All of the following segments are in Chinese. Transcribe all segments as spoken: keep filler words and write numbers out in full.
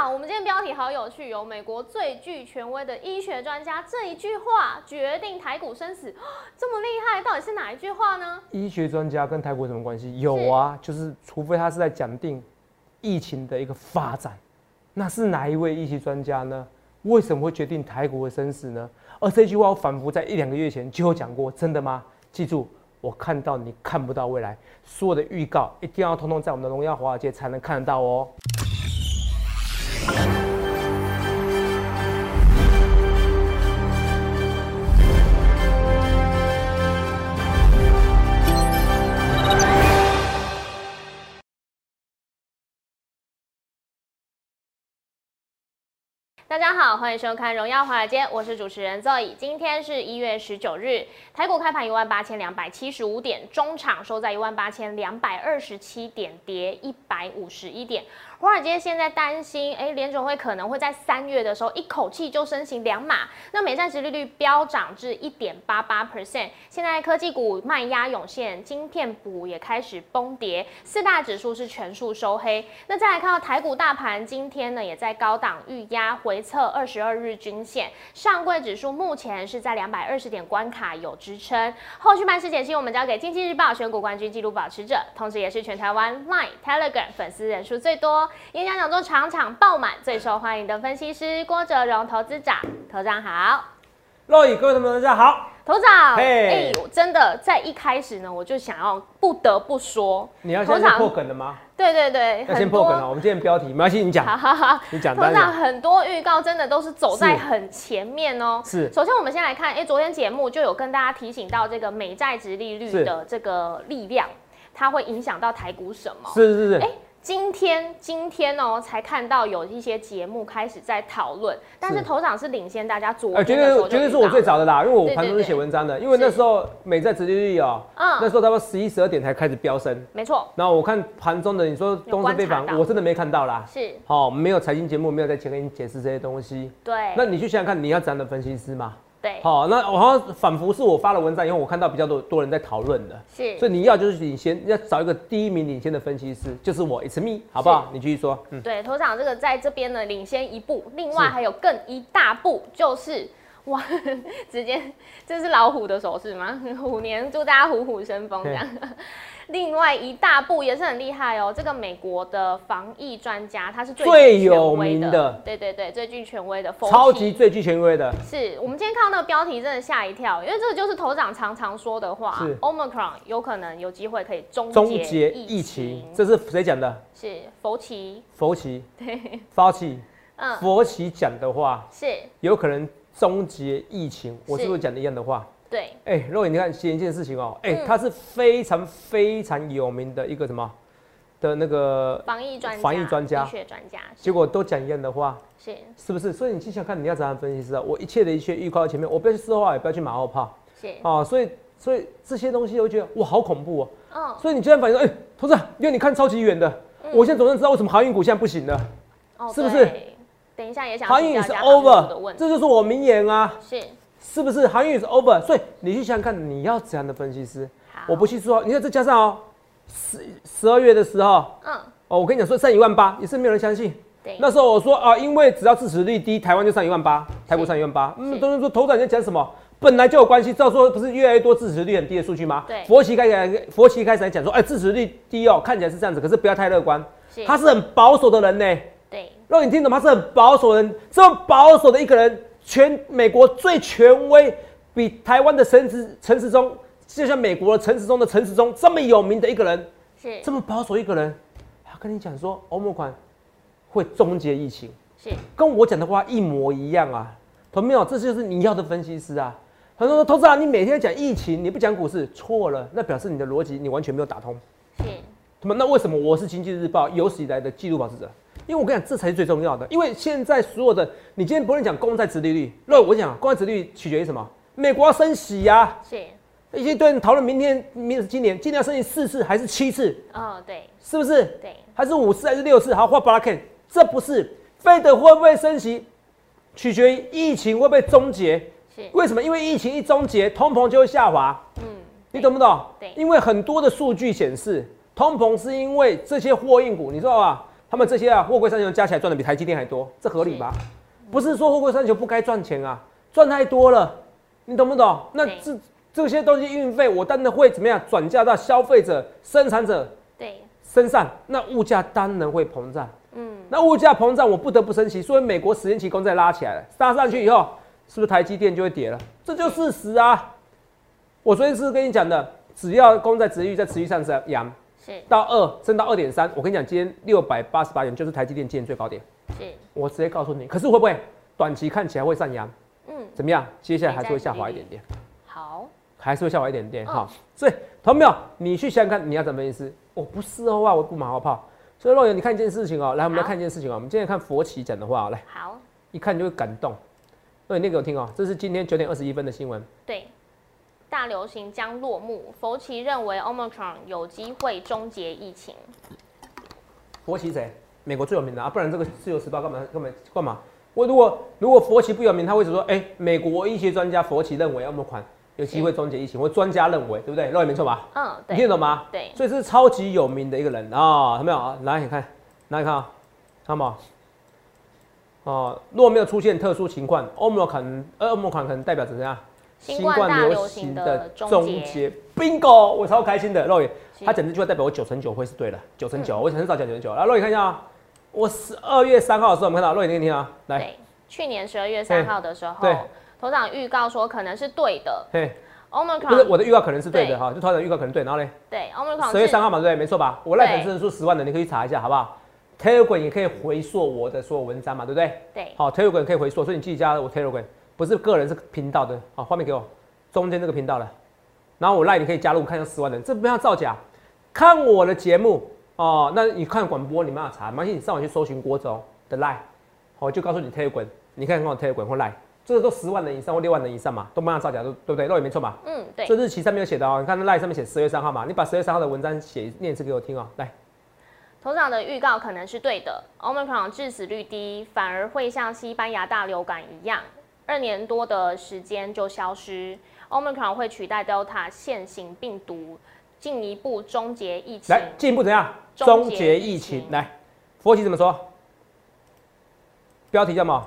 哇，我们今天标题好有趣哦！美国最具权威的医学专家这一句话决定台股生死，这么厉害，到底是哪一句话呢？ 医学专家跟台股有什么关系？有啊，就是除非他是在讲定疫情的一个发展，那是哪一位医学专家呢？为什么会决定台股的生死呢？而这句话我反复在一两个月前就有讲过，真的吗？记住，我看到你看不到未来，所有的预告一定要通通在我们的荣耀华尔街才能看得到哦。 大家好，欢迎收看《荣耀华尔街》，我是主持人 Zoe。今天是一月十九日，台股开盘一万八千两百七十五点，中场收在一万八千两百二十七点，跌一百五十一点。华尔街现在担心，哎，联准会可能会在三月的时候一口气就升息两码，那美债殖利率飙涨至一点八八 percent。现在科技股卖压涌现，晶片股也开始崩跌，四大指数是全数收黑。那再来看到台股大盘，今天呢也在高档预压回测二十二日均线，上柜指数目前是在两百二十点关卡有支撑。后续盘势解析，我们交给经济日报选股冠军纪录保持者，同时也是全台湾 Line、Telegram 粉丝人数最多。演讲讲座场场爆满，最受欢迎的分析师郭哲荣投资长，头长好。 肉宇，各位同学们，大家好。 头长， 哎、 hey ，真的在一开始呢，我就想要不得不说， 你要先破梗了吗？ 对对对， 要先破梗了。我们今天标题，没关系，你讲。 好好好， 你讲。 头长很多预告真的都是走在很前面哦。 是。 首先我们先来看，哎，昨天节目就有跟大家提醒到这个美债殖利率的这个力量，它会影响到台股什么？ 是是是。哎。 今天今天哦，才看到有一些节目开始在讨论，但是头长是领先大家昨天的时候就遇到了， 绝对是我最早的啦，因为我盘中是写文章的，因为那时候美债殖利率哦，嗯，那时候差不多十一十二点才开始飙升， 没错。 然后我看盘中的，你说东升非凡，我真的没看到啦， 是， 好、哦，没有财经节目，没有在前跟你解释这些东西， 对。 那你去想想看，你要怎样的分析师嘛？ 对， 好、哦，那我好像仿佛是我发了文章以后，我看到比较多多人在讨论的， 是， 所以你要就是领先，要找一个第一名领先的分析师，就是我 ，It's me， 好不好？你继续说。 嗯，对，头长这个在这边呢领先一步，另外还有更一大步，就是哇，直接这是老虎的手势吗？虎年祝大家虎虎生风这样。另外一大步也是很厉害哦，这个美国的防疫专家，他是最最有名的， 对对对，最具权威的， 超级最具权威的。 是我们今天看到那个标题真的吓一跳，因为这个就是头长常常说的话 ，Omicron 有可能有机会可以终结疫情。 这是谁讲的？ 是佛奇。 佛奇， 对， 佛奇， 嗯， 佛奇讲的话是有可能终结疫情。我是不是讲的一样的话？ 对， 哎、欸，若雨，你看，写一件事情哦、喔，哎、欸，他、嗯、是非常非常有名的一个什么的那个防疫专家、 防疫专家、 医学专家， 结果都讲一样的话， 是是不是？所以你想想看，你要怎样分析师啊？我一切的一切预告在前面，我不要去说话，也不要去马后炮， 是啊，所以所以这些东西，我觉得哇，好恐怖哦、喔。 嗯， 所以你居然反应说，哎、欸，投资人，因为你看超级远的，嗯、我现在总算知道为什么航运股现在不行了， 哦、 是不是？ 等一下也想航运是 over， 这就是我名言啊， 是。 是不是航运是 over？ 所以你去想想看，你要怎样的分析师？我不去说，你看这加上哦，十十二月的时候，嗯，哦，我跟你讲说上一万八，也是没有人相信。 对， 那时候我说啊，因为只要支持率低，台湾就上一万八，台股上一万八。嗯，都是说头长在讲什么？本来就有关系，照说不是越来越多支持率很低的数据吗？ 对， 佛奇开始，佛奇开始来讲说，哎，支持率低哦，看起来是这样子，可是不要太乐观。他是很保守的人呢。 对， 让你听懂，他是很保守的人，这么保守的一个人。全美国最权威，比台湾的陈时陈时中，就像美国的陈时中的陈时中这么有名的一个人， 是这么保守一个人，他跟你讲说欧盟款会终结疫情， 是跟我讲的话一模一样啊，懂没有？这就是你要的分析师啊。他说：“投资啊，你每天讲疫情，你不讲股市，错了，那表示你的逻辑你完全没有打通。 是， 那为什么我是经济日报有史以来的纪录保持者？”因为我跟你讲，这才是最重要的。因为现在所有的，你今天不论讲公债殖利率，那我讲公债殖利率取决于什么？美国要升息呀、啊， 是一些对人讨论明天、明今年，今年要升息四次还是七次？ 哦，对， 是不是？ 对， 还是五次还是六次？好，画巴拉 K， 这不是费德会不会升息，取决于疫情会不会终结。是为什么？因为疫情一终结，通膨就会下滑。嗯，你懂不懂？ 对， 因为很多的数据显示，通膨是因为这些货运股，你知道吧？ 他们这些啊货柜三雄加起来赚的比台积电还多，这合理吧？不是说货柜三雄不该赚钱啊，赚太多了，你懂不懂？那这这些东西运费，我当然会怎么样转嫁到消费者、生产者对身上，那物价当然会膨胀。嗯，那物价膨胀，我不得不升息，所以美国十年期公债拉起来了，拉上去以后，是不是台积电就会跌了？这就事实啊！我昨天是跟你讲的，只要公债殖利率在持续上扬，是到二升到二点三，我跟你讲，今天六百八十八元就是台积电今年最高点。是，我直接告诉你，可是会不会短期看起来会上扬？嗯，怎么样？接下来还是会下滑一点点。好，还是会下滑一点点。好，所以同学们，你去想想看，你要怎么意思？我不事后话，我不马后炮。所以肉眼，你看一件事情哦，来，我们来看一件事情哦。我们今天看佛奇讲的话，来，好，一看就会感动。肉眼念给我听哦，这是今天九点二十一分的新闻。 对，大流行将落幕，佛奇认为 Omicron 有机会终结疫情。 佛奇谁？美国最有名的啊，不然这个自由时报干嘛干嘛干嘛？我如果如果佛奇不有名，他会说，哎、欸，美国医学专家佛奇认为 Omicron 有机会终结疫情，或专家认为，对不对？肉眼没错吧？嗯，对，你听得懂吗？对，所以这是超级有名的一个人啊，看没有啊？来，你看，来看啊，看到吗？哦，若没有出现特殊情况 ，Omicron 呃 Omicron 可能代表怎样？ 新冠流行的终结 ，bingo！ 我超开心的，肉眼，他讲这句话代表我九成九会是对的，九成九，我很少讲九成九。来，肉眼看一下啊，我十二月三号的时候，我们看到肉眼听听啊，来， 对，去年十二月三号的时候，对。头长预告说可能是对的，嘿 ，Omicron 不是我的预告可能是对的哈，就头长预告可能对，然后呢？ 对 ，Omicron 十月三号嘛，对不对？没错吧？我赖粉丝人数十万人，你可以去查一下，好不好 ？Telegram 也可以回溯我的所有文章嘛，对不对？ 对， 好 ，Telegram 可以回溯，所以你记一下我 Telegram 不是个人，是频道的，好，画面给我，中间这个频道的，然后我赖你可以加入看一下十万人，这不要造假，看我的节目哦，那你看广播你没办法查，没关系，你上网去搜寻国中的赖，好，就告诉你 Telegram， 你看看我 Telegram 或赖。这个都十万人以上或六万人以上嘛，都没办法造假，对不对？肉也没错嘛。嗯，对。这日期上面有写的哦，你看那 line 上面写十月三号嘛，你把十月三号的文章写念一次给我听哦，来。 头长的预告可能是对的 ，Omicron 致死率低，反而会像西班牙大流感一样，二年多的时间就消失。Omicron 会取代 Delta 现行病毒，进一步终结疫情。 来，进一步怎样？终结疫情。来，佛奇怎么说？标题叫什么？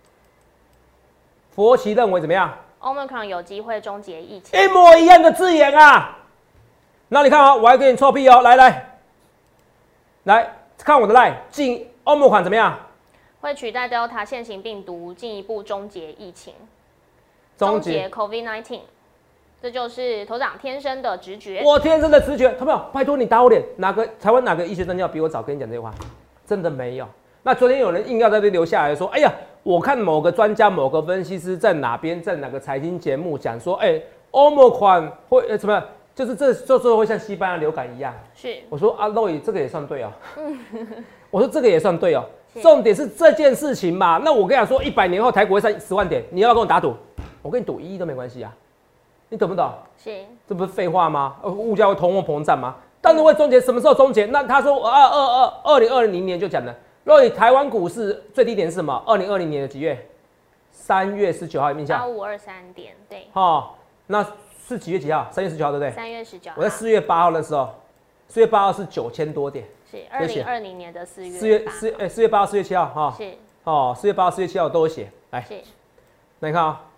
佛奇认为怎么样 ？Omicron 有机会终结疫情， 一模一样的字眼啊！那你看啊、哦，我还给你臭屁哦！来来来看我的 line， 进 Omicron 怎么样？ 会取代 Delta 现行病毒，进一步终结疫情，终结 COVID 十九。这就是头长天生的直觉。 我天生的直觉，他没有，拜托你打我脸。哪个台湾哪个医学专家比我早跟你讲这句话？真的没有。那昨天有人硬要在这留下来说，哎呀。我看某个专家、某个分析师在哪边，在哪个财经节目讲说，哎、欸、，Omicron 会呃怎么样？就是这这时候会像西班牙流感一样。是，我说啊，肉爷这个也算对哦。嗯，我说这个也算对哦。重点是这件事情嘛。那我跟你讲说，一百年后台股会上十万点，你要不要跟我打赌？我跟你赌一亿都没关系啊。你懂不懂？是，这不是废话吗？物价会通货膨胀吗？当然会终结，什么时候终结？那他说二二二二零二零年就讲了。若以台湾股市最低点是什么？二零二零年的几月？三月十九号，有印象？ 八五二三点，对。 哦，那是几月几号？三月十九号，对不对？ 三月十九号。 我在四月八号的时候，四月八号是九千多点。 是二零二零年的四月。 四月四哎，四月八号、四月七号哈。是。哦，四月八号、四月七号都有写，来。是。那你看啊、哦，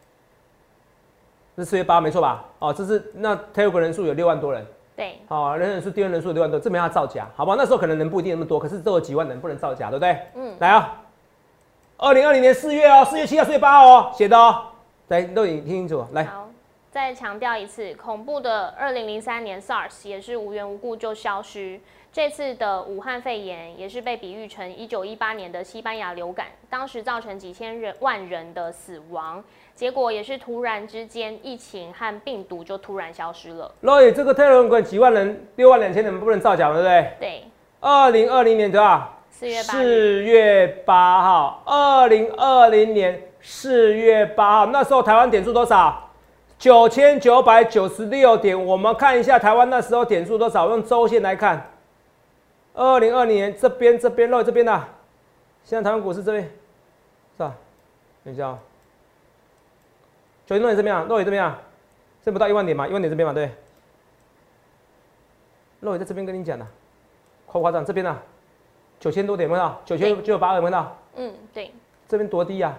这是四月八，没错吧？哦，这是那 Telegram 人数有六万多人。 对， 好，人人数、订阅人数六万多，这没法造假，好不好？那时候可能人不一定那么多，可是都有几万人，不能造假，对不对？嗯，来啊，二零二零年四月哦，四月七号、四月八号哦，写的哦，来，都已经听清楚，来。 好，再强调一次，恐怖的二零零三年 SARS 也是无缘无故就消失，这次的武汉肺炎也是被比喻成一九一八年的西班牙流感，当时造成几千人万人的死亡。结果也是突然之间，疫情和病毒就突然消失了。 所以这个特伦滚几万人、六万两千人不能造假，对不对？ 对。 二零二零年多少？ 四月八。 四月八号，二零二零年四月八号，那时候台湾点数多少？九千九百九十六点。我们看一下台湾那时候点数多少，用周线来看。二零二零年这边这边漏这边的、啊，现在台湾股市这边是吧？等一下、哦。九千多点这边啊，肉眼这边啊，这不到一万点嘛，一万点这边嘛，对。肉眼在这边跟你讲的、啊，夸不夸张？这边啊， 九千多点，有没有看到？九千九百八有没有看到？ 嗯，对。 这边多低啊！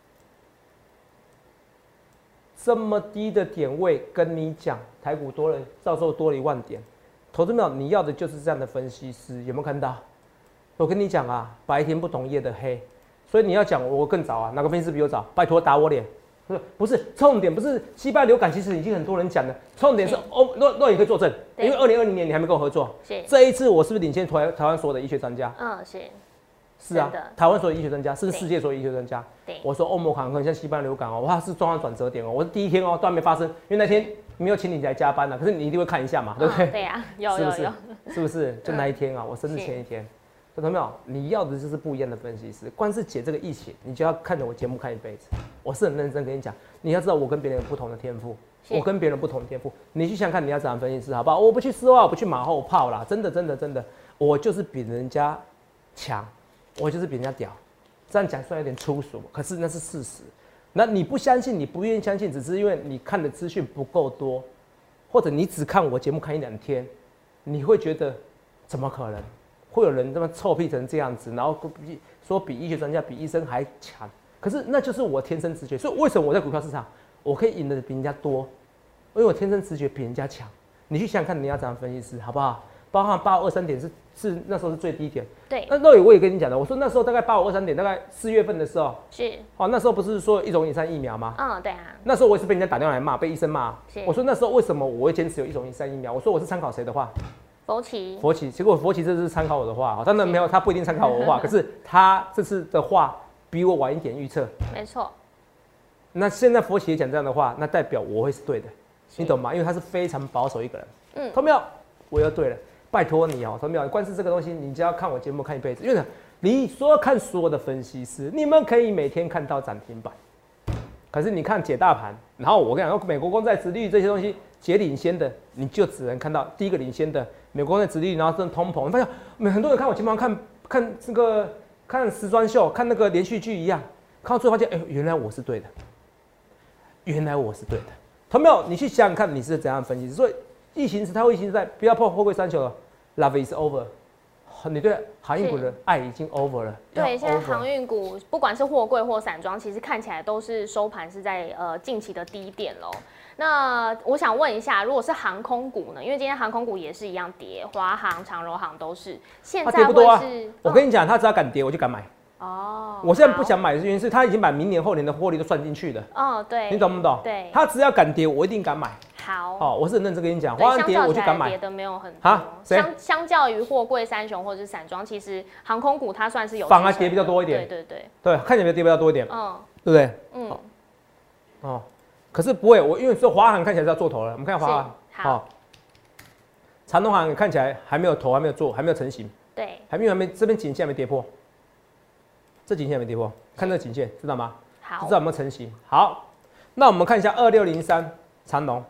这么低的点位，跟你讲，台股多了，到时候多了一万点。投资朋友，你要的就是这样的分析师，有没有看到？我跟你讲啊，白天不同夜的黑，所以你要讲我更早啊，哪个分析师比我早？拜托打我脸！不是，不是重点，不是西班牙流感，其实已经很多人讲了。重点是欧若若也可以作证，因为二零二零年你还没跟我合作， 是这一次我是不是领先台台湾所有的医学专家？ 嗯，是。 是啊，台湾所有医学专家，甚至世界所有医学专家。 对， 我说欧盟可能像西班牙流感哦，哇，是重要转折点哦。我是第一天哦，都还没发生，因为那天没有请你来加班呢、啊。可是你一定会看一下嘛，对不对？ 哦、对呀、啊，有是不是有有， 是不是？就那一天啊，我生日前一天，懂没有？你要的就是不一样的分析师。光是解这个疫情，你就要看着我节目看一辈子。我是很认真跟你讲，你要知道我跟别人有不同的天赋，我跟别人不同的天赋。你去想看你要怎样分析师，好不好？我不去丝袜，我不去马后炮啦，真的真的真的，我就是比人家强。我就是比人家屌，这样讲虽然有点粗俗，可是那是事实。那你不相信，你不愿意相信，只是因为你看的资讯不够多，或者你只看我节目看一两天，你会觉得怎么可能会有人这么臭屁成这样子，然后说比医学专家比医生还强？可是那就是我天生直觉，所以为什么我在股票市场我可以赢得比人家多？因为我天生直觉比人家强。你去想想看，你要怎样分析师，好不好？包含八五二三点是是那时候是最低点， 对。 那肉眼我也跟你讲了，我说那时候大概八五二三点，大概四月份的时候， 是。 好，那时候不是说一种以上疫苗吗？ 嗯，对啊。 那时候我也是被人家打电话来骂，被医生骂。 是。 我说那时候为什么我会坚持有一种以上疫苗？我说我是参考谁的话？ 佛奇。 佛奇。结果佛奇这次参考我的话，当然没有，他不一定参考我的话，可是他这次的话比我晚一点预测。 没错。 那现在佛奇也讲这样的话，那代表我会是对的，你懂吗？因为他是非常保守一个人。嗯。同没有？我又对了。拜托你哦，同没有？光是这个东西，你就要看我节目看一辈子。因为你说要看所有的分析师，你们可以每天看到涨停板，可是你看解大盘，然后我跟你讲，美国公债殖利率这些东西，解领先的，你就只能看到第一个领先的美国公债殖利率，然后这通膨。你发现很多人看我节目看看这个看时装秀，看那个连续剧一样，看到最后发现，哎、欸，原来我是对的，原来我是对的。同没有？你去想想看，你是怎样分析？所以疫情时它会疫情时代，不要破货柜三雄了。Love is over， 你对航运股的爱已经 over 了。 对，现在航运股不管是货柜或散装，其实看起来都是收盘是在呃近期的低点喽。那我想问一下，如果是航空股呢？因为今天航空股也是一样跌，华航、长荣航都是。现在会是、啊嗯、我跟你讲，他只要敢跌，我就敢买。哦，我现在不想买的原因是，他已经把明年后年的获利都算进去了。 哦，对， 你懂不懂？ 对， 他只要敢跌，我一定敢买。 好， 哦，我是很认真跟你讲，华航跌我就敢买。 跌的没有很多，相相较于货柜三雄或者是散装，其实航空股它算是有反而跌比较多一点。 对对对， 对，看起来跌比较多一点，嗯，对不对？嗯，哦，哦可是不会，我因为说华航看起来是要做头了，我们看华航，好，长荣航看起来还没有头，还没有做，还没有成型， 对， 还没有还没这边颈线还没跌破，这颈线还没跌破，看这个颈线知道吗？ 好， 知道有没有成型？好，那我们看一下二六零三长荣。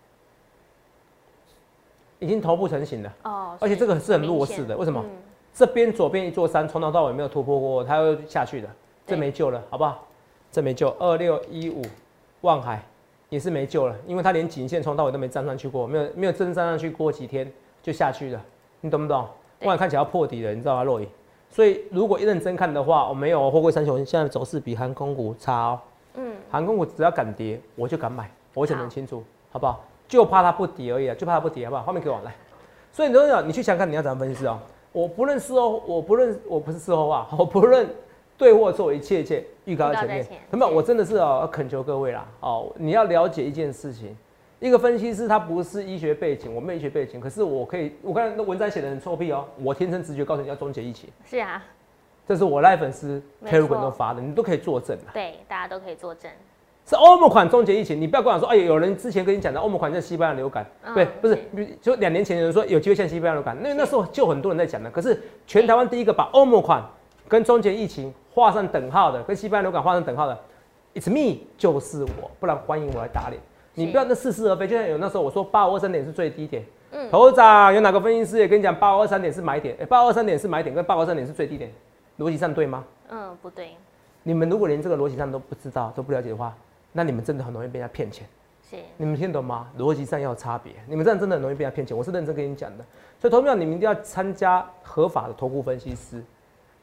已经头部成型了，哦，而且这个是很弱势的，为什么？嗯、这边左边一座山，从头到尾没有突破过，它又下去了，这没救了，好不好？这没救。二六一五，万海也是没救了，因为它连颈线从头到尾都没站上去过，没有没有真站上去过几天就下去了，你懂不懂？万海看起来要破底了，你知道吗，若隐？所以如果一认真看的话，我没有货柜三雄现在走势比航空股差哦。嗯，航空股只要敢跌，我就敢买，我讲得很清楚，好不好？就怕它不跌而已啊，就怕它不跌，好不好？画面给我来。所以你说，你去想看你要怎么分析哦。我不论事后，我不论我不是事后话，我不论对或错，一切一切预告在前面。那么我真的是哦，恳求各位啦，哦，你要了解一件事情，一个分析师他不是医学背景，我没有医学背景，可是我可以，我看那文章写的很臭屁哦，我天生直觉告诉你要终结疫情。 是啊， 这是我赖粉丝 Telegram 都发的，你都可以作证啊。 对，大家都可以作证。 是欧盟款终结疫情，你不要跟我说，哎，有人之前跟你讲的欧盟款像西班牙流感，嗯、对，不是，就两年前有人说有机会像西班牙流感，那那时候就很多人在讲的。可是全台湾第一个把欧盟款跟终结疫情画上等号的，跟西班牙流感画上等号的 ，It's me， 就是我，不然欢迎我来打脸。你不要那似是而非，就像有那时候我说八五二三点是最低点，嗯，头事长有哪个分析师也跟你讲八五二三点是买点，哎，八五二三点是买点，跟八五二三点是最低点，逻辑上对吗？ 嗯，不对。 你们如果连这个逻辑上都不知道、都不了解的话，那你们真的很容易被人家骗钱。 是， 你们听懂吗？逻辑上要有差别，你们这样真的很容易被人家骗钱。我是认真跟你讲的。所以投票你们一定要参加合法的投顾分析师，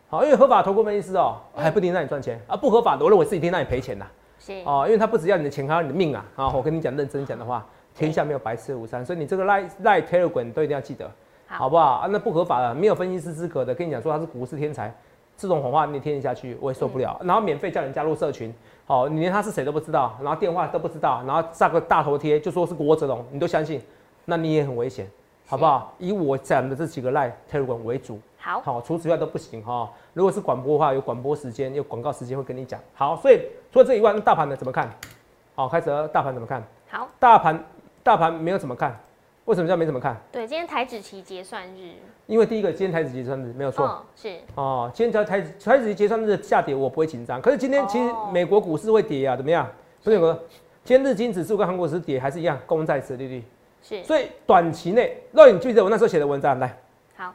好，因为合法投顾分析师哦，还不一定让你赚钱啊，不合法的，我认为是一定让你赔钱的。 是哦，因为他不只要你的钱，还要你的命啊！啊，我跟你讲，认真讲的话，天下没有白吃的午餐，所以你这个赖赖 Telegram 都一定要记得，好, 好不好啊？那不合法的，没有分析师资格的，跟你讲说他是股市天才，这种谎话你听下去，我也受不了。嗯、然后免费叫人加入社群，好、哦，你连他是谁都不知道，然后电话都不知道，然后上个大头贴就说是郭哲龙，你都相信，那你也很危险，好不好？以我讲的这几个赖 Telegram 为主。 好， 好，除此以外都不行哈、哦。如果是广播的话，有广播时间，有广告时间会跟你讲。好，所以除了这以外，大盘呢怎么看？好，开始了，大盘怎么看？ 好， 大盘大盘没有怎么看，为什么叫没怎么看？ 对，今天台指期结算日。因为第一个，今天台指结算日没有错、 嗯，是哦，今天台台指结算日的下跌我不会紧张，可是今天其实美国股市会跌啊，怎么样？不是有个今天日经指数跟韩国指数跌还是一样，公债殖利率是，所以短期内，若你记得我那时候写的文章来。 好。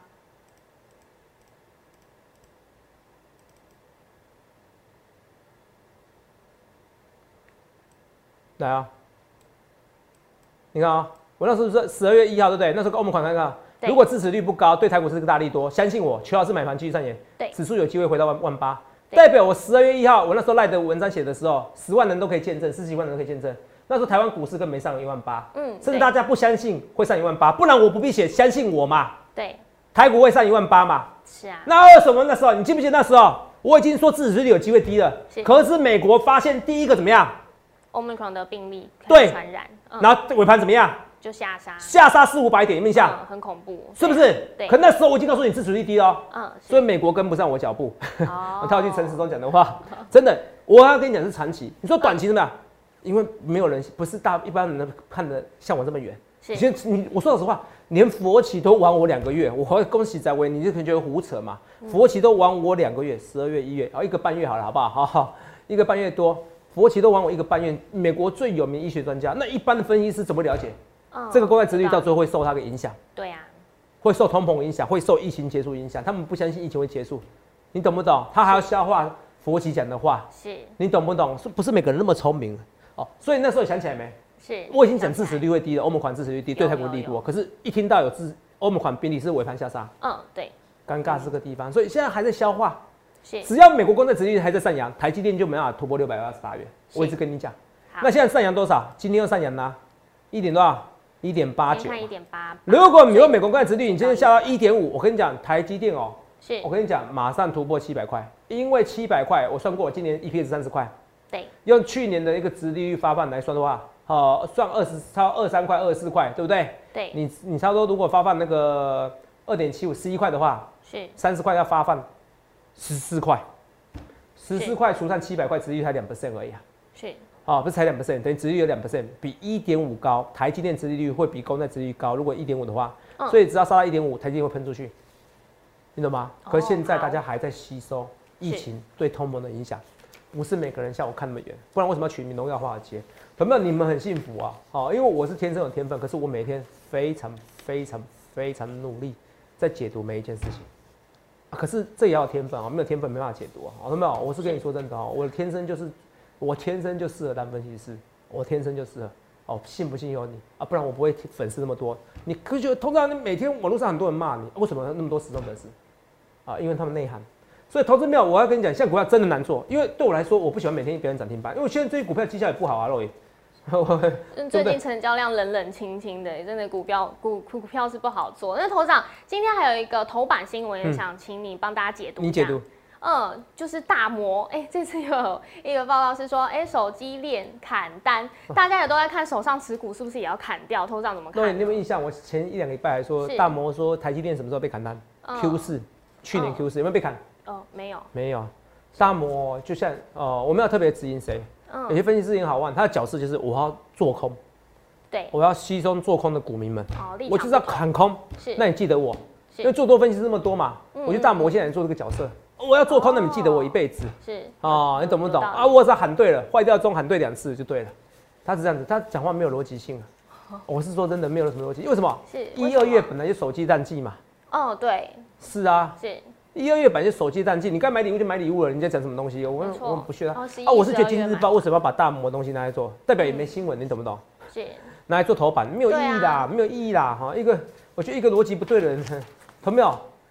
来啊！你看啊、喔，我那时候是十二月一号，对不对？那时候欧盟款看看，如果支持率不高，对台股是个大利多。相信我，邱老师买盘继续上演， 对， 指数有机会回到万万八，代表我十二月一号，我那时候赖的文章写的时候，十万人都可以见证，四十几万人都可以见证。那时候台湾股市根本没上一万八，嗯，甚至大家不相信会上一万八，不然我不必写，相信我嘛。 对， 台股会上一万八嘛？ 是啊。 那为什么那时候？你记不记得那时候我已经说支持率有机会低了？可是美国发现第一个怎么样 ？Omicron 的病例对传染， 嗯、然后尾盘怎么样？ 就下杀， 下杀四五百点，有没有印象、 嗯？很恐怖， 是不是？ 对。 可那时候我已经告诉你支持率低了、喔，嗯，所以美国跟不上我脚步。 哦、 我套句陈时中讲的话，真的，我要跟你讲是长期。你说短期怎么样？嗯、因为没有人不是大一般人能看得像我这么远。你先，你我说老实话，连佛奇都玩我两个月，我会恭喜在威，你就可能觉得胡扯嘛。嗯、佛奇都玩我两个月，十二月、一月，哦，一个半月好了，好不好？好好，一个半月多。佛奇都玩我一个半月，美国最有名医学专家，那一般的分析师怎么了解？嗯、这个公债殖利率到最后会受它的影响。 对啊， 会受通膨影响，会受疫情结束影响。他们不相信疫情会结束，你懂不懂？他还要消化佛奇讲的话， 是你懂不懂？是不是每个人那么聪明哦？所以那时候想起来没？ 是， 我已经讲支持率会低了，欧盟款支持率低，对台股利多。可是，一听到有支欧盟款病例是尾盘下杀， 嗯，对， 尴尬是个地方。所以现在还在消化。 是， 只要美国公债殖利率还在上扬，台积电就没办法突破六百二十八元。我一直跟你讲。那现在上扬多少？今天又上扬啦，一点多少？一点八九。 看一点八。 如果没有美国公债殖利率，你今天下到一点五，我跟你讲，台积电哦、喔， 是， 我跟你讲，马上突破七百块，因为七百块我算过，今年 E P S 三十块。 对。 用去年的一个殖利率发放来算的话，呃，算二十超二三块、二十四块，对不对？ 对。 你你差不多如果发放那个二点七五十一块的话， 是三十块要发放十四块。十四块除上七百块，殖利率才两 percent 而已啊。 是， 啊、哦，不是才两 percent， 等于殖利率有两 percent， 比一点五高。台积电殖利率会比公债殖利率高，如果一点五的话，嗯、所以只要杀到一点五，台积电会喷出去，你懂吗？哦、可是现在大家还在吸收疫情对通膨的影响，不是每个人像我看那么远，不然为什么要取名荣耀华尔街？朋友们，你们很幸福啊！哦，因为我是天生有天分，可是我每天非常非常非常努力在解读每一件事情。可是这也要有天分啊，没有天分没办法解读啊，懂没有？我是跟你说真的哦，我的天生就是，我天生就适合当分析师，我天生就适合哦，信不信由你啊，不然我不会粉丝那么多。你可觉得通常你每天网络上很多人骂你，为什么那么多死忠粉丝啊？因为他们内涵。所以投资票我要跟你讲，像股票真的难做，因为对我来说，我不喜欢每天别人涨停板，因为现在这些股票绩效也不好啊，肉爷。 最近成交量冷冷清清的，真的股票股股票是不好做。那头长今天还有一个头版新闻，也想请你帮大家解读。 你解读？ 嗯，就是大摩，哎、欸，这次有一个报道是说，哎、欸，手机链砍单，大家也都在看手上持股是不是也要砍掉？头长怎么看？ 对，你有没有印象？我前一两个礼拜还说，大摩说台积电什么时候被砍单、嗯、？Q 四，去年 Q 四、嗯、有没有被砍？ 哦，没有， 没有。大摩就像呃，我们要特别指引谁？嗯、有些分析师很好玩，他的角色就是我要做空， 对， 我要吸收做空的股民们， 哦、 我就是要砍空。 是， 那你记得我，因为做多分析师那么多嘛，嗯、我觉得大摩现在做这个角色，我要做空，那你记得我一辈子。 是啊、哦，你懂不懂啊？我只要喊对了，坏掉中喊对两次就对了。他是这样子，他讲话没有逻辑性啊。我是说真的，没有什么逻辑。为什么？ 是一二月本来就手机淡季嘛。 哦，对。 是啊。 是。一二月本来就手机淡季，你该买礼物就买礼物了。你在讲什么东西？我我不屑他、 哦、 啊！我是觉得《今日日报》为什么要把大摩的东西拿来做？代表也没新闻，你懂不懂？ 是。 拿来做头版没有意义啦， 啊、 没有意义啦！哈，一个我觉得一个逻辑不对的人，懂没有？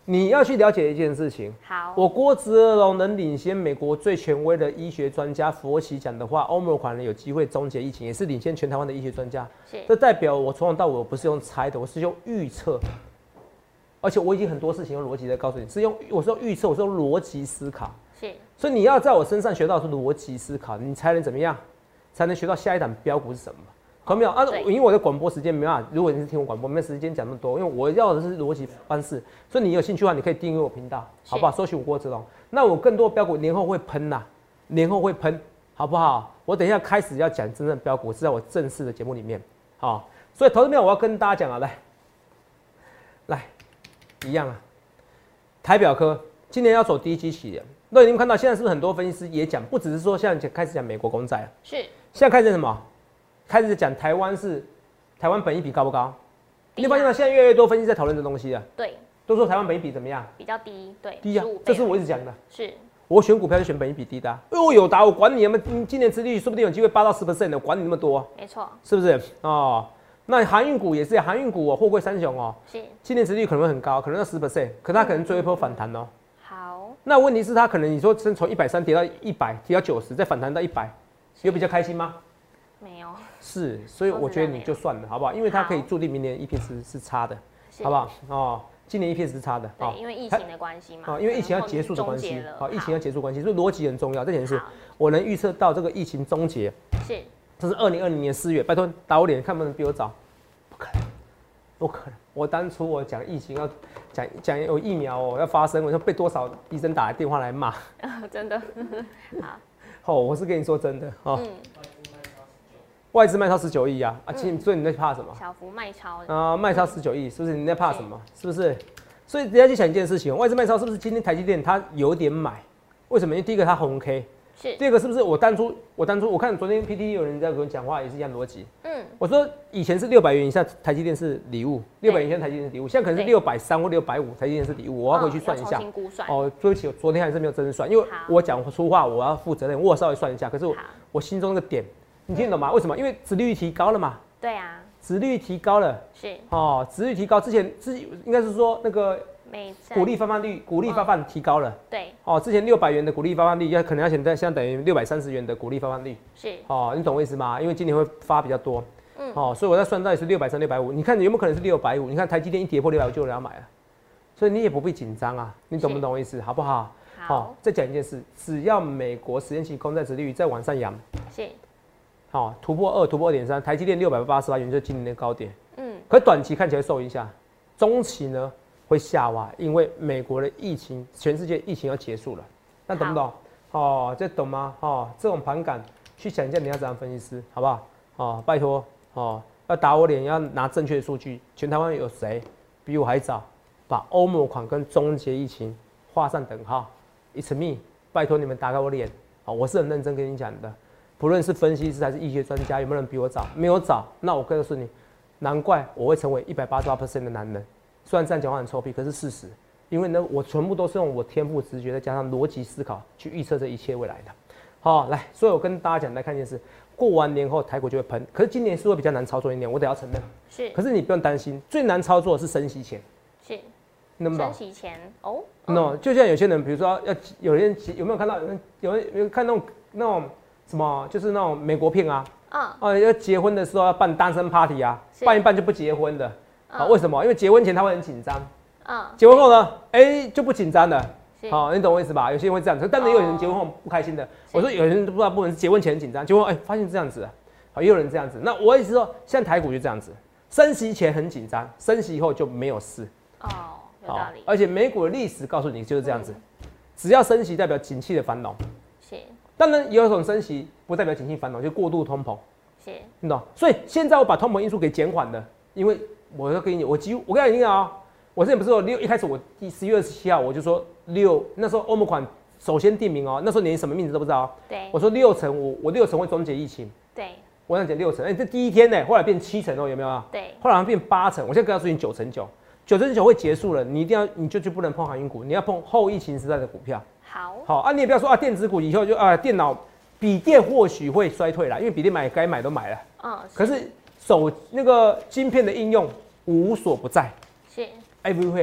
你要去了解一件事情。 好， 我郭植二龙能领先美国最权威的医学专家佛奇讲的话，欧盟款人有机会终结疫情，也是领先全台湾的医学专家。 是， 这代表我从头到尾我不是用猜的，我是用预测。而且我已经很多事情用逻辑在告诉你，是用我是用预测，我是用逻辑思考。 是，所以你要在我身上学到的是逻辑思考，你才能怎么样，才能学到下一档标股是什么。懂没有啊？因为我的广播时间没办法，如果你是听我广播，没有时间讲那么多，因为我要的是逻辑方式。所以你有兴趣的话，你可以订阅我频道，好不好？搜寻我郭志龙。那我更多标股年后会喷呐、啊，年后会喷，好不好？我等一下开始要讲真正标股，是在我正式的节目里面，好。所以投资面我要跟大家讲啊，来，来，一样啊，台表科今年要走低基期的。那你们看到现在是不是很多分析师也讲，不只是说现在开始讲美国公债啊， 是， 现在开始什么？开始讲台湾是台湾本益比高不高？你发现吗？现在越来越多分析在讨论这东西了。 对， 都说台湾本益比怎么样？ 比较低，对， 低啊，这是我一直讲的。 是， 我选股票就选本益比低的、啊。因为我有答，我管你有没有今年殖利率，说不定有机会八到十 percent 的，我管你那么多。 没错， 是不是？哦，那航运股也是，航运股哦，货柜三雄哦， 是， 今年殖利率可能会很高，可能要十 percent， 可是它可能最后一波反弹哦。 好， 那问题是它可能你说真从一百三跌到一百，跌到九十，再反弹到一百，有比较开心吗？ 没有， 是，所以我觉得你就算了，好不好？因为它可以注定明年 E P S 是差的，好不好？哦，今年 E P S 是差的， 对，因为疫情的关系嘛， 哦，因为疫情要结束的关系， 好， 疫情要结束关系，所以逻辑很重要。这点是我能预测到这个疫情终结， 是， 这是二零二零年四月，拜托打我脸，看不能比我早，不可能，不可能。我当初我讲疫情要讲讲有疫苗哦要发生，我就被多少医生打电话来骂， 真的，好， 哦，我是跟你说真的，哦。 嗯外资卖超十九亿啊！啊，嗯、所以你在怕什么？ 小幅卖超啊、呃，卖超十九亿，是不是？你在怕什么？是不是？所以大家去想一件事情，外资卖超是不是今天台积电它有点买？为什么？因为第一个它红 K， 是。第二个是不是我当初我当初我看昨天 P T T 有人在跟我讲话，也是一样逻辑。嗯。我说以前是六百元以下台积电是礼物，六百元以下台积电是礼物，现在可能是六百三或六百五台积电是礼物，我要回去算一下。 重新估算。 哦，对不起，我昨天还是没有真算，因为我讲出话我要负责任，我稍微算一下。可是我我心中那个点。你听得懂吗？为什么？因为殖利率提高了嘛。 对啊， 殖利率提高了。 是。 哦，殖利率提高之前，之应该是说那个股利发放率，股利发放提高了。嗯、 对。 哦，之前六百元的股利发放率，要可能要现在现在等于六百三十元的股利发放率。 是。 哦，你懂我意思吗？因为今年会发比较多。嗯。哦，所以我在算到底是六百三、六百五。你看有没有可能是六百五？你看台积电一跌破六百五就有人要买了，所以你也不必紧张啊。你懂不懂我意思？好不好？好。哦、再讲一件事，只要美国十年期公债殖利率再往上扬。是。好、哦，突破二，突破二点三，台积电六百八十八元就是今年的高点。嗯，可短期看起来受影响，中期呢会下滑，因为美国的疫情，全世界疫情要结束了。那懂不懂？哦，这懂吗？哦，这种盘感去想一下你要怎样分析师，好不好？哦，拜托，哦，要打我脸，要拿正确的数据。全台湾有谁比我还早把欧盟款跟终结疫情画上等号 ？It's me， 拜托你们打开我脸。好，我是很认真跟你讲的。不论是分析师还是医学专家，有没有人比我早？没有早，那我告诉你，难怪我会成为一百八十八 percent 的男人。虽然这样讲话很臭屁，可是事实。因为呢，我全部都是用我天赋直觉，再加上逻辑思考去预测这一切未来的。好，来，所以我跟大家讲，来看一件事：过完年后台股就会喷，可是今年是会比较难操作一年，我得要承认。是。可是你不用担心，最难操作的是升息前。是。你懂不懂？升息前哦。no， 就像有些人，比如说要有人有没有看到有人有人有看那种那种。什么？就是那种美国片啊，嗯，哦，要结婚的时候要办单身 party 啊，办一办就不结婚的，啊、嗯，为什么？因为结婚前他会很紧张，嗯，结婚后呢，哎、欸、就不紧张了，好、哦，你懂我意思吧？有些人会这样子，但是也有人结婚后不开心的。我说有人不知道，不能是结婚前很紧张，结婚哎、欸、发现这样子，好，也有人这样子。那我意思说，现在台股就这样子，升息前很紧张，升息后就没有事， 哦，有道理。 而且美股的历史告诉你就是这样子，嗯、只要升息代表景气的繁荣。是。当然，有一种升息不代表景气繁荣，就过度通膨，是，你懂？所以现在我把通膨因素给减缓了，因为我要跟你，我几乎我跟你讲啊、喔，我之前不是说六一开始我第十一月二十七号我就说六，那时候欧盟款首先定名哦、喔，那时候连什么名字都不知道，对，我说六成我我六成会终结疫情，对，我想讲六成，哎、欸，这第一天呢、欸，后来变七成哦、喔，有没有啊？对，后来变八成，我现在告诉你九成九，九成九会结束了，你一定要你就就不能碰航运股，你要碰后疫情时代的股票。好，好啊，你也不要说啊，电子股以后就啊，电脑、笔电或许会衰退啦，因为笔电买该买都买了，嗯，可是手那个晶片的应用无所不在，是 everywhere，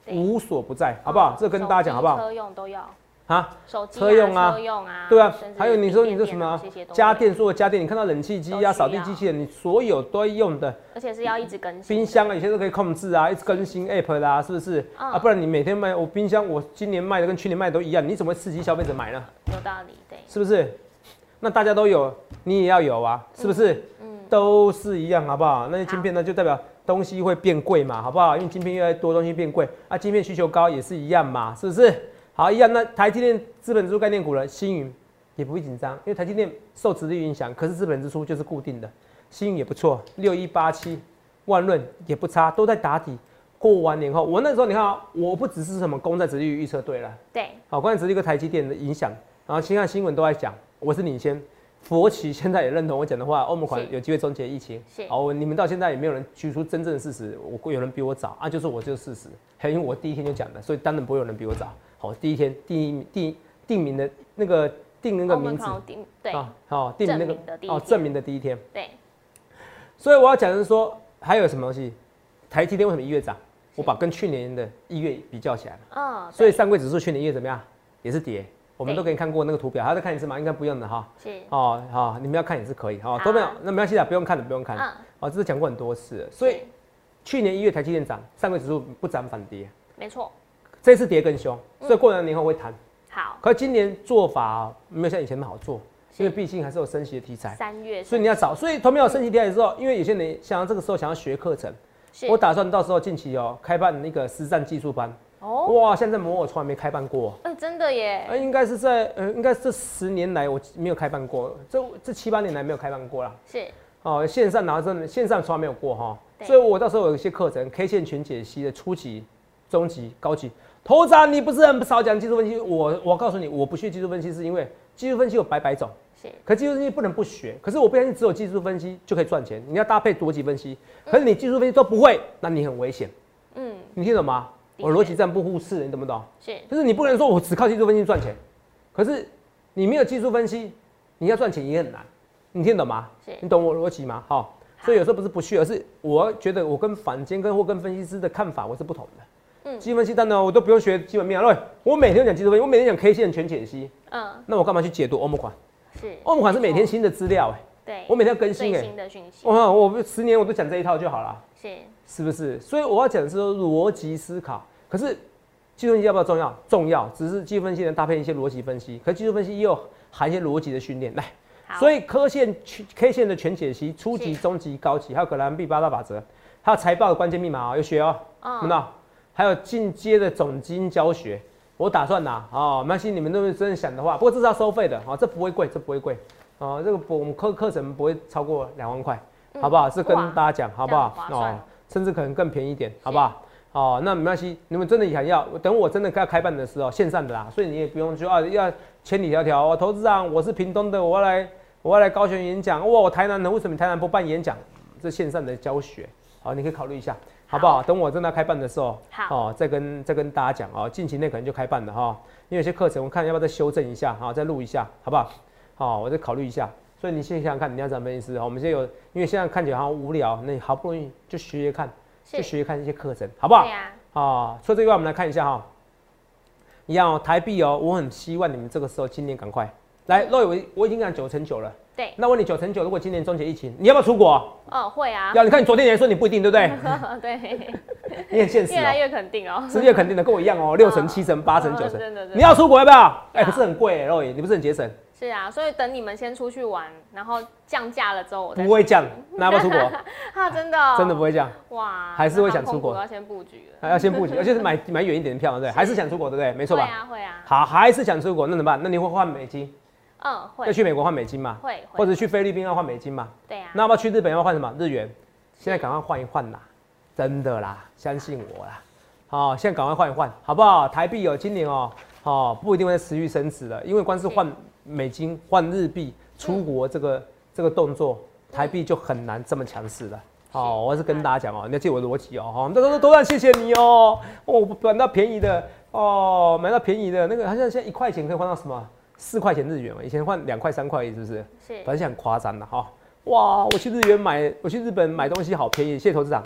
无所不在，好不好？这跟大家讲好不好？ 车用都要啊， 手机、 车用啊， 车用啊， 对啊， 甚至还有你说你笔电说什么这些都家电， 会所有家电，你看到冷气机啊、 都需要扫地机器人，你所有都用的， 而且是要一直更新。 冰箱啊，有些都可以控制啊，一直更新 app 啦，是不是？ 嗯啊，不然你每天卖我冰箱，我今年卖的跟去年卖的都一样，你怎么会刺激消费者买呢？ 有道理，对， 是不是？那大家都有，你也要有啊，是不是？ 嗯， 都是一样，好不好？那些晶片呢，就代表东西会变贵嘛，好不好？因为晶片越来越多，东西变贵啊，晶片需求高也是一样嘛，是不是？好，一样。那台积电资本支出概念股呢，星云也不会紧张，因为台积电受殖利率影响，可是资本支出就是固定的，星云也不错，六一八七，万润也不差，都在打底。过完年后，我那时候你看啊，我不只是什么公债殖利率预测对了， 对， 好，公债殖利率跟台积电的影响，然后现在新闻都在讲，我是领先。佛奇现在也认同我讲的话，欧盟款有机会终结疫情。 是， 好，你们到现在也没有人举出真正的事实，我有人比我早啊，就是我就是事实，因为我第一天就讲的，所以当然不会有人比我早。好，第一天定定定名的那个定那个名字， 对， 啊，好，定名那个哦证明的第一天， 对。 所以我要讲的是说，还有什么东西？台积电为什么一月涨？我把跟去年的一月比较起来嘛， 哦， 所以上柜指数去年一月怎么样？也是跌。我们都给你看过那个图表，还要再看一次吗？应该不用的哈。 是。 哦，好，你们要看也是可以哈，都没有，那没关系的，不用看的，不用看。嗯。哦，这是讲过很多次了，所以去年一月台积电涨，上柜指数不涨反跌。 没错。 这次跌更凶，所以过完年后会弹。 好。 可是今年做法没有像以前那么好做，因为毕竟还是有升息的题材。 三月。 所以你要找，所以投没有升息题材的时候，因为有些人想要这个时候想要学课程，我打算到时候近期哦开办那个实战技术班。哦，哇！现在摩尔从来没开办过， 嗯，真的耶。 呃，应该是在呃，应该这十年来我没有开办过，这这七八年来没有开办过啦。 是。 哦，线上拿真的线上从来没有过哈，所以我到时候有一些课程 K 线全解析的初级、中级、高级。头长，你不是很少讲技术分析？我我告诉你，我不学技术分析是因为技术分析有百百种， 是。 可技术分析不能不学，可是我不相信只有技术分析就可以赚钱，你要搭配逻辑分析。可是你技术分析都不会，那你很危险。嗯，你听懂吗？我逻辑战不忽视，你懂不懂？是，就是你不能说我只靠技术分析赚钱，可是你没有技术分析，你要赚钱也很难，你听懂吗？是，你懂我逻辑吗？好，所以有时候不是不学，而是我觉得我跟坊间跟或跟分析师的看法我是不同的。嗯，技术分析当然我都不用学基本面啊，我每天讲技术分析，我每天讲 K 线全解析。嗯，那我干嘛去解读欧盟款？是，欧盟款是每天新的资料哎， 对， 我每天要更新哎， 新的讯息。 我我十年我都讲这一套就好了。 是。 是不是？所以我要讲的是说逻辑思考。可是技术分析要不要重要？重要，只是技术分析能搭配一些逻辑分析。可是技术分析也有含一些逻辑的训练。来，所以科线 K 线的全解析，初级、中级、高级，还有格兰币八大法则，还有财报的关键密码啊，有学哦。看到？还有进阶的总经教学，我打算拿啊，没关系，你们都是真的想的话，不过这是要收费的啊，这不会贵，这不会贵啊，这个我们课课程不会超过两万块，好不好？是跟大家讲，好不好？哦。甚至可能更便宜一点，好不好？哦，那没关系，你们真的想要，等我真的要开办的时候，线上的啦，所以你也不用说啊，要千里迢迢。我投资长，我是屏东的，我要来，我要来高雄演讲。哇，我台南的，为什么台南不办演讲？这线上的教学，好，你可以考虑一下，好不好？等我真的要开办的时候，好，哦，再跟再跟大家讲哦，近期内可能就开办了哈，因为有些课程我看要不要再修正一下，好，再录一下，好不好？好，我再考虑一下。所以你现在想想看，你要怎么分析师？我们现在有，因为现在看起来好像无聊，那你好不容易就学学看，就学学看一些课程，好不好？对呀。啊，除了这个，我们来看一下哈，一样哦，台币哦，我很希望你们这个时候今年赶快来。肉我我已经讲九成九了，对。那问你九成九，如果今年终结疫情，你要不要出国？ 哦，会啊。 要你看你昨天也说你不一定，对不对？ 对。 你很现实， 越来越肯定哦。 是越肯定的，跟我一样哦，六成、七成、八成、九成。真的，你要出国要不要？哎，可是很贵，肉你不是很节省？ 是啊，所以等你们先出去玩，然后降价了之后，我再不会降，那要不要出国？ 啊，真的、哦， 真的不会降。 哇， 还是会想出国， 要先布局了， 还要先布局，而且是买买远一点的票，对不对？还是想出国，对不对？没错吧？ 会啊，会啊。 好，还是想出国，那怎么办？那你会换美金？ 嗯，会。 要去美国换美金嘛？ 会。 或者去菲律宾要换美金嘛？ 对啊。 那要不要去日本要换什么？日元？现在赶快换一换啦，真的啦，相信我啦。好，现在赶快换一换，好不好？台币哦，今年哦，哦不一定会持续升值的，因为光是换美金换日币出国这个、嗯、这个动作，台币就很难这么强势了。哦，我是跟大家讲哦，你要记我的逻辑哦，哈，都都都让谢谢你哦，哦，买到便宜的哦，买到便宜的那个，好像现在一块钱可以换到什么四块钱日元嘛，以前换两块三块，是不是？是，反正很夸张的哈。哇，我去日元买，我去日本买东西好便宜，谢谢投资长。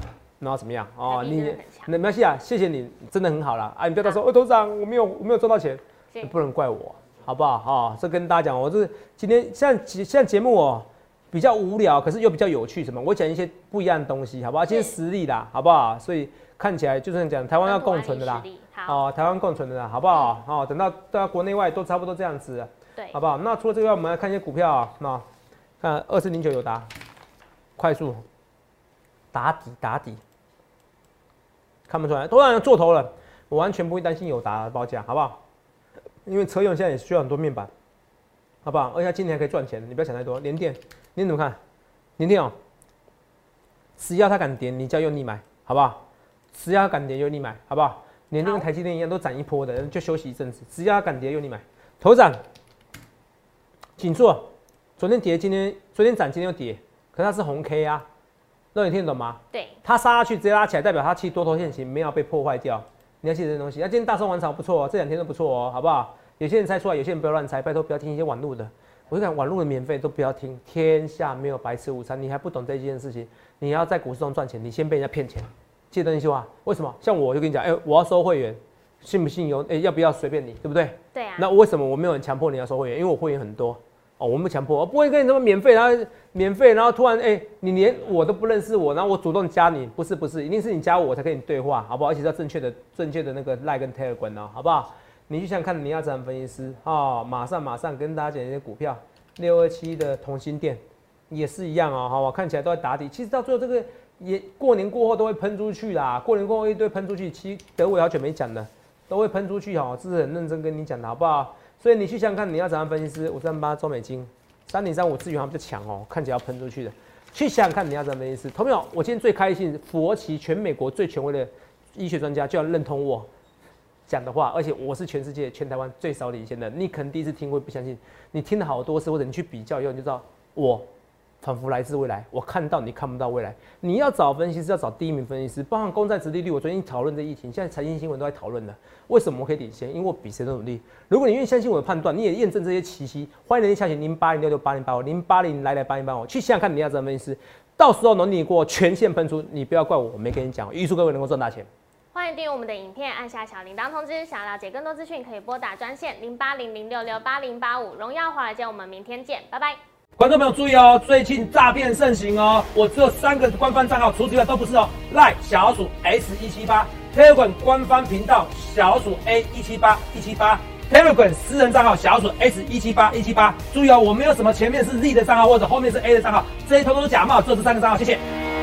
然后怎么样？哦， 你没关系啊，谢谢你，真的很好啦。啊，你不要到时候，哦，董事长，我没有我没有赚到钱，不能怪我，好不好？哦，这跟大家讲，我这今天像像节目哦。比较无聊，可是又比较有趣，什么？我讲一些不一样的东西，好不好？今天实力啦，好不好？所以看起来就是讲台湾要共存的啦，哦，台湾共存的啦，好不好？哦，等到大家国内外都差不多这样子，对，好不好？那除了这个，我们来看一些股票啊，那看二四零九友达，快速打底打底，看不出来，突然做头了，我完全不会担心友达的报价，好不好？因为车用现在也需要很多面板，好不好？而且它今年还可以赚钱，你不要想太多。联电。你怎么看？联电哦，只要它敢跌，你就要用力买，好不好？只要它敢跌，用力买，好不好？联电跟台积电一样，都涨一波的，就休息一阵子。只要它敢跌，用力买。头涨，紧做。昨天跌，今天昨天涨，今天又跌，可是它是红 K 啊，那你听得懂吗？ 对。它杀下去直接拉起来，代表它其实多头线型没有被破坏掉。你要记得这东西。那、啊、今天大收完炒不错哦，这两天都不错哦，好不好？有些人猜出来，有些人不要乱猜，拜托不要听一些网路的。我就讲网络的免费都不要听，天下没有白吃午餐。你还不懂这件事情，你要在股市中赚钱，你先被人家骗钱。记得那句话，为什么？像我就跟你讲，哎、欸，我要收会员，信不信由，哎、欸，要不要随便你，对不对？ 对啊。 那为什么我没有人强迫你要收会员？因为我会员很多哦，我们不强迫，我不会跟你这么免费，然后免费，然后突然哎、欸，你连我都不认识我，然后我主动加你，不是不是，一定是你加我，我才跟你对话，好不好？而且是要正确的正确的那个 Line 跟 Telegram 哦，好不好？你去想想看，你要资产分析师啊、哦，马上马上跟大家讲一些股票。六二七的同心店也是一样哦，好吧，看起来都在打底，其实到最后这个也过年过后都会喷出去啦，过年过后一堆喷出去，其实德伟好久没讲了，都会喷出去哦，这是很认真跟你讲的好不好？所以你去想想看，你要怎样分析师五三八周美金三点三五资源好像比较强哦，看起来要喷出去的，去想想看你要怎样分析师。同学们，我今天最开心，佛奇全美国最权威的医学专家就要认同我讲的话，而且我是全世界全台湾最少领先的，你可能第一次听会不相信，你听了好多次，或者你去比较以后，你就知道我仿佛来自未来，我看到你看不到未来。你要找分析师，要找第一名分析师，包含公债殖利率，我昨天讨论这议题，现在财经新闻都在讨论了。为什么我可以领先？因为我比谁都努力。如果你愿意相信我的判断，你也验证这些奇迹，欢迎你下询零八零六六八零八五零八零来来八零八五，去想想看你要怎么分析师，到时候能你过全线喷出，你不要怪我，我没跟你讲，预祝各位能够赚大钱。 欢迎订阅我们的影片，按下小铃铛通知。想了解更多资讯，可以拨打专线零八零零六六八零八五。荣耀华尔街，我们明天见，拜拜。 观众朋友注意哦，最近诈骗盛行哦，我只有三个官方账号，除此之外都不是哦。赖小鼠 S 一七八 ，Telegram 官方频道小鼠 A 一七八一七八 ，Telegram 私人账号小鼠 S 一七八一七八。注意哦，我没有什么前面是 Z 的账号或者后面是 A 的账号，这些通通是假冒，只有这三个账号，谢谢。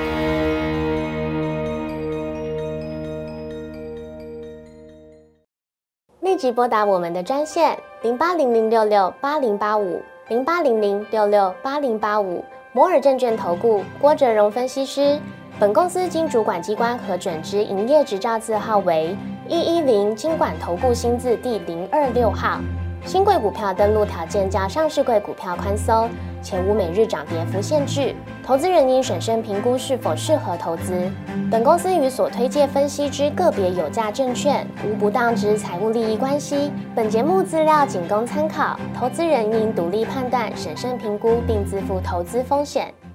立即拨打我们的专线零八零零六六八零八五零八零零六六八零八五摩尔证券投顾郭哲荣分析师。本公司经主管机关核准之营业执照字号为一一零金管投顾新字第零二六号。新贵股票登录条件较上市贵股票宽松，且无每日涨跌幅限制。投资人应审慎评估是否适合投资。本公司与所推介分析之个别有价证券无不当之财务利益关系。本节目资料仅供参考，投资人应独立判断、审慎评估并自负投资风险。